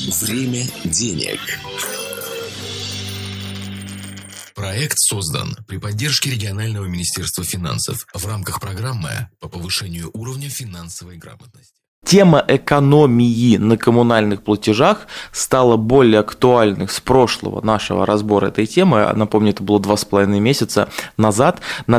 Время денег. Проект создан при поддержке регионального министерства финансов в рамках программы по повышению уровня финансовой грамотности. Тема экономии на коммунальных платежах стала более актуальной с прошлого нашего разбора этой темы. Напомню, это было 2,5 месяца назад на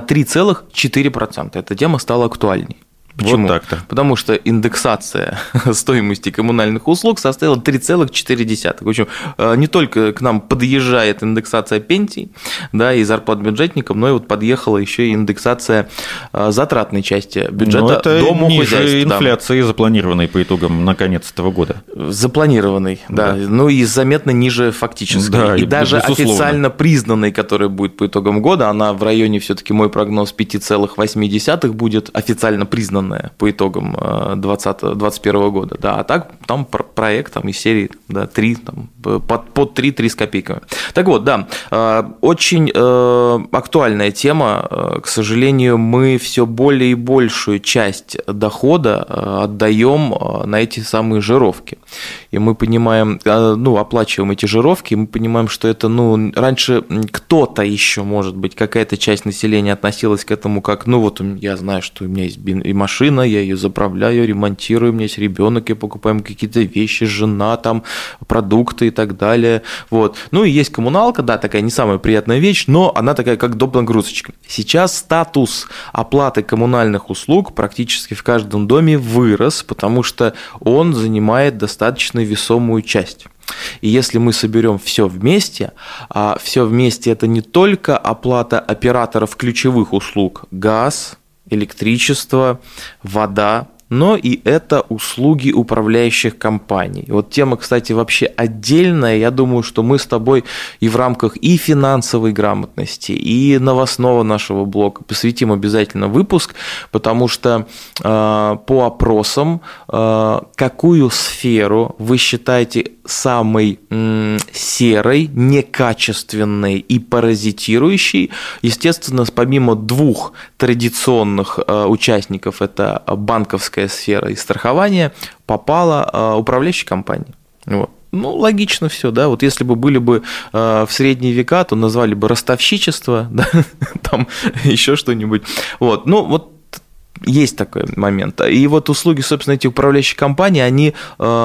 3,4%. Эта тема стала актуальней. Почему? Вот так-то. Потому что индексация стоимости коммунальных услуг составила 3,4. В общем, не только к нам подъезжает индексация пенсий, да, и зарплат бюджетникам, но и вот подъехала еще и индексация затратной части бюджета домохозяйств. Это ниже инфляции, запланированной по итогам на конец этого года. Запланированной, да. Ну и заметно ниже фактической. Да, и даже безусловно. Официально признанной, которая будет по итогам года, она в районе, все-таки мой прогноз, 5,8 будет официально признанная по итогам 2021 года. Да, а так там проект там, из серии 3, там, под 3 с копейками. Так вот, да, очень актуальная тема. К сожалению, мы все более и большую часть дохода отдаем на эти самые жировки. И мы понимаем, оплачиваем эти жировки, и мы понимаем, что это, раньше кто-то еще, может быть, какая-то часть населения относилась к этому как, я знаю, что у меня есть и машина, я ее заправляю, ремонтирую, у меня есть ребенок, я покупаю какие-то вещи, жена, там, продукты и так далее. Вот. Ну и есть коммуналка, да, такая не самая приятная вещь, но она такая, как доп. Нагрузочка. Сейчас статус оплаты коммунальных услуг практически в каждом доме вырос, потому что он занимает достаточно весомую часть. И если мы соберем все вместе, а все вместе это не только оплата операторов ключевых услуг: газ, электричество, вода, но и это услуги управляющих компаний. Вот тема, кстати, вообще отдельная. Я думаю, что мы с тобой и в рамках и финансовой грамотности, и новостного нашего блока посвятим обязательно выпуск, потому что по опросам, какую сферу вы считаете самой серой, некачественной и паразитирующей, естественно, помимо двух традиционных участников, это банковская сфера и страхование, попала управляющая компания. Вот. Логично все, да, вот если бы были бы в средние века, то назвали бы ростовщичество, да, там еще что-нибудь, вот, есть такой момент. И вот услуги, собственно, этих управляющих компаний, они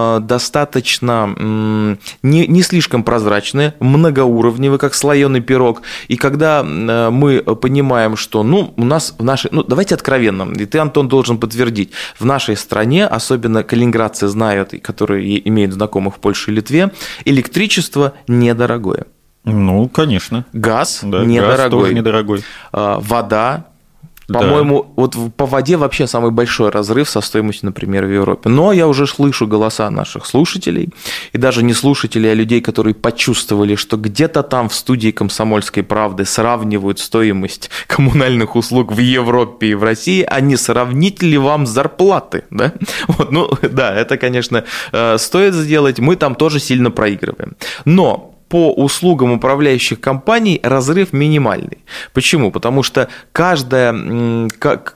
достаточно не слишком прозрачные, многоуровневые, как слоеный пирог. И когда мы понимаем, что у нас в нашей... давайте откровенно, и ты, Антон, должен подтвердить, в нашей стране, особенно калининградцы знают, которые имеют знакомых в Польше и Литве, электричество недорогое. Конечно. Газ, да, недорогой. Газ тоже недорогой. Вода. По-моему, вот по воде вообще самый большой разрыв со стоимостью, например, в Европе. Но я уже слышу голоса наших слушателей, и даже не слушателей, а людей, которые почувствовали, что где-то там в студии «Комсомольской правды» сравнивают стоимость коммунальных услуг в Европе и в России, а не сравнить ли вам зарплаты? Да? Да, это, конечно, стоит сделать, мы там тоже сильно проигрываем. Но по услугам управляющих компаний разрыв минимальный. Почему? Потому что каждый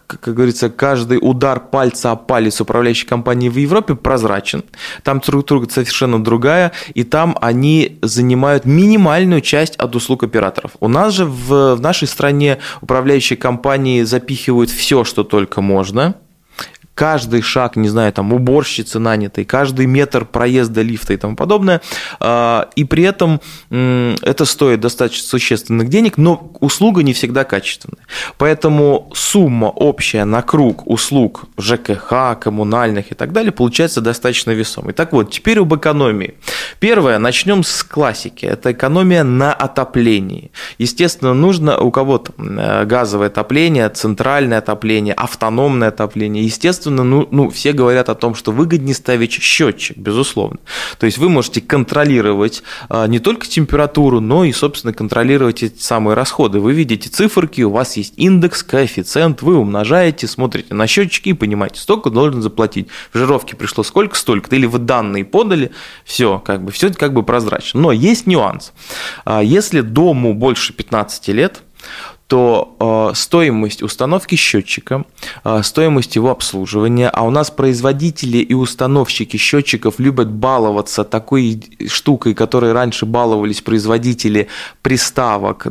удар пальца о палец управляющей компании в Европе прозрачен. Там структура совершенно другая, и там они занимают минимальную часть от услуг операторов. У нас же в нашей стране управляющие компании запихивают все, что только можно. Каждый шаг, не знаю, там уборщицы нанятой, каждый метр проезда лифта и тому подобное, и при этом это стоит достаточно существенных денег, но услуга не всегда качественная. Поэтому сумма общая на круг услуг ЖКХ, коммунальных и так далее получается достаточно весомой. Так вот, теперь об экономии. Первое, начнем с классики. Это экономия на отоплении. Естественно, нужно у кого-то газовое отопление, центральное отопление, автономное отопление. Естественно, все говорят о том, что выгоднее ставить счетчик, безусловно. То есть вы можете контролировать не только температуру, но и, собственно, контролировать эти самые расходы. Вы видите циферки, у вас есть индекс, коэффициент, вы умножаете, смотрите на счетчики и понимаете, столько должен заплатить. В жировке пришло столько-то, или вы данные подали, все как бы прозрачно. Но есть нюанс. Если дому больше 15 лет, то стоимость установки счетчика, стоимость его обслуживания, а у нас производители и установщики счетчиков любят баловаться такой штукой, которой раньше баловались производители приставок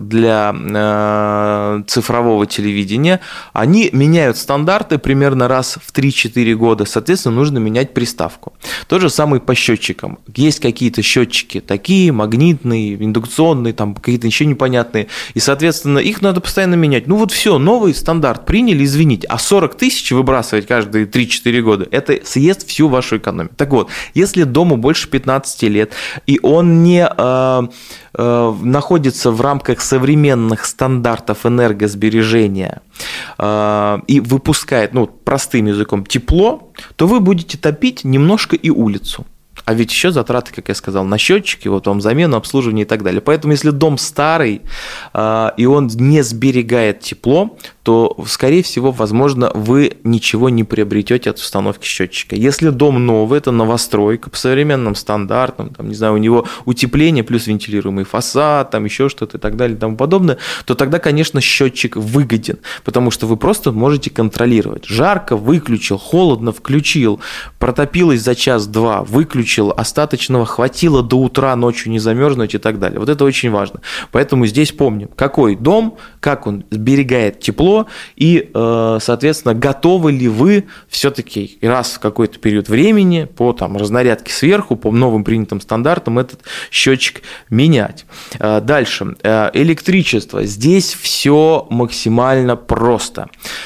для цифрового телевидения, они меняют стандарты примерно раз в 3-4 года, соответственно, нужно менять приставку. То же самое по счетчикам. Есть какие-то счетчики такие, магнитные, индукционные, там какие-то еще непонятные, и, соответственно, их надо постоянно менять. Ну вот все, новый стандарт приняли, извините, а 40 тысяч выбрасывать каждые 3-4 года, это съест всю вашу экономику. Так вот, если дому больше 15 лет, и он не находится в рамках современных стандартов энергосбережения и выпускает, ну, простым языком, тепло, то вы будете топить немножко и улицу. А ведь еще затраты, как я сказал, на счетчики, вот вам замену, обслуживание и так далее. Поэтому, если дом старый, и он не сберегает тепло, то, скорее всего, возможно, вы ничего не приобретете от установки счетчика. Если дом новый, это новостройка по современным стандартам, там, не знаю, у него утепление плюс вентилируемый фасад, там еще что-то и так далее и тому подобное, то тогда, конечно, счетчик выгоден, потому что вы просто можете контролировать. Жарко — выключил, холодно — включил, протопилось за час-два — выключил, остаточного хватило до утра, ночью не замерзнуть и так далее. Вот это очень важно. Поэтому здесь помним, какой дом, как он сберегает тепло, и, соответственно, готовы ли вы все-таки раз в какой-то период времени по там, разнарядке сверху, по новым принятым стандартам этот счетчик менять. Дальше. Электричество. Здесь все максимально просто.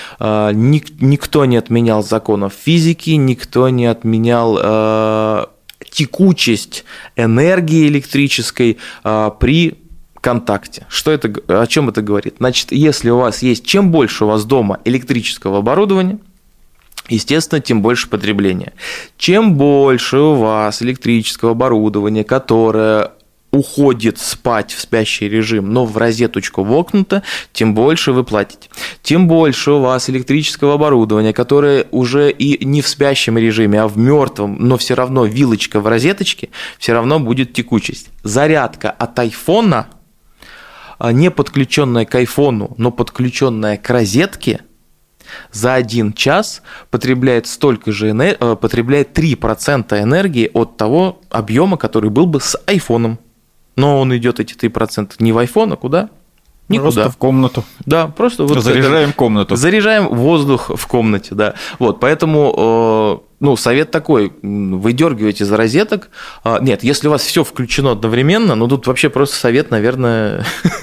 Никто не отменял законов физики, никто не отменял текучесть энергии электрической при контакте. Что это, о чем это говорит? Значит, если у вас есть, чем больше у вас дома электрического оборудования, естественно, тем больше потребления. Чем больше у вас электрического оборудования, которое уходит спать в спящий режим, но в розеточку вокнуто, тем больше вы платите. Тем больше у вас электрического оборудования, которое уже и не в спящем режиме, а в мертвом, но все равно вилочка в розеточке, все равно будет текучесть. Зарядка от айфона, не подключенная к айфону, но подключенная к розетке, за 1 час потребляет столько же потребляет 3% энергии от того объема, который был бы с айфоном. Но он идет, эти 3%, не в айфон, а куда? Никуда. Просто в комнату. Да, просто вот заряжаем комнату. Заряжаем воздух в комнате, да. Вот, поэтому, ну, совет такой: выдергивайте из розеток. Нет, если у вас все включено одновременно, ну, тут вообще просто совет, наверное,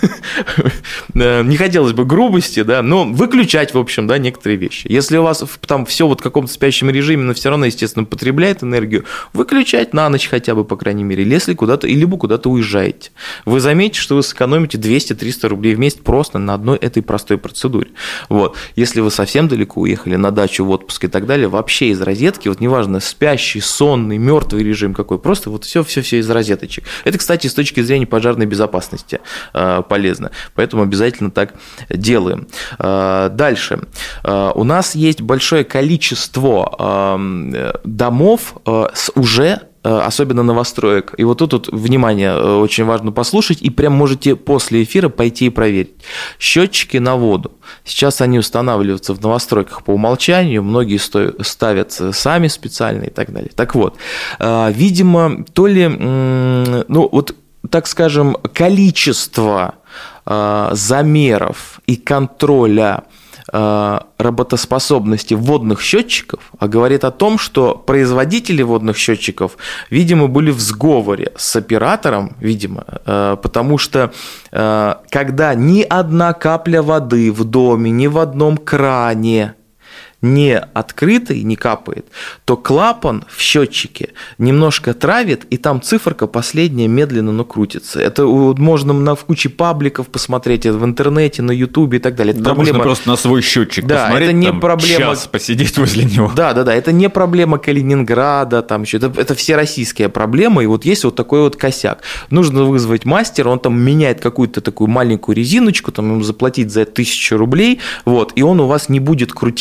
не хотелось бы грубости, да, но выключать, в общем, да, некоторые вещи. Если у вас там все вот в каком-то спящем режиме, но все равно, естественно, потребляет энергию, выключать на ночь хотя бы, по крайней мере, если куда-то, либо куда-то уезжаете. Вы заметите, что вы сэкономите 200-300 рублей в месяц просто на одной этой простой процедуре. Вот. Если вы совсем далеко уехали на дачу, в отпуск и так далее, вообще из розетки, вот неважно, спящий, сонный, мертвый режим какой, просто вот все из розеточек. Это, кстати, с точки зрения пожарной безопасности полезно, поэтому обязательно так делаем. Дальше. У нас есть большое количество домов с уже, особенно новостроек. И вот тут, внимание, очень важно послушать, и прям можете после эфира пойти и проверить. Счетчики на воду. Сейчас они устанавливаются в новостройках по умолчанию, многие ставятся сами специально и так далее. Так вот, видимо, то ли, ну вот, так скажем, количество замеров и контроля работоспособности водных счетчиков, а говорит о том, что производители водных счетчиков, видимо, были в сговоре с оператором, видимо, потому что когда ни одна капля воды в доме, ни в одном кране не открытый, не капает, то клапан в счетчике немножко травит, и там циферка последняя медленно, но крутится. Это можно в куче пабликов посмотреть, в интернете, на ютубе и так далее. Это проблема... можно просто на свой счетчик посмотреть, это не там проблема... час посидеть возле него. Да, это не проблема Калининграда, там еще, это всероссийская проблема, и вот есть вот такой вот косяк. Нужно вызвать мастера, он там меняет какую-то такую маленькую резиночку, там ему заплатить за 1000 рублей, вот, и он у вас не будет крутиться в холодильнике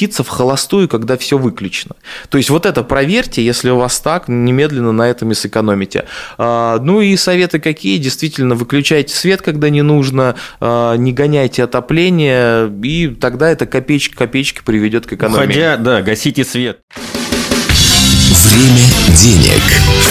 холостую, когда все выключено. То есть вот это проверьте, если у вас так, немедленно на этом и сэкономите. Ну и советы какие? Действительно, выключайте свет, когда не нужно, не гоняйте отопление, и тогда это копеечка к копеечке приведет к экономии. Уходя, да, гасите свет. Время денег.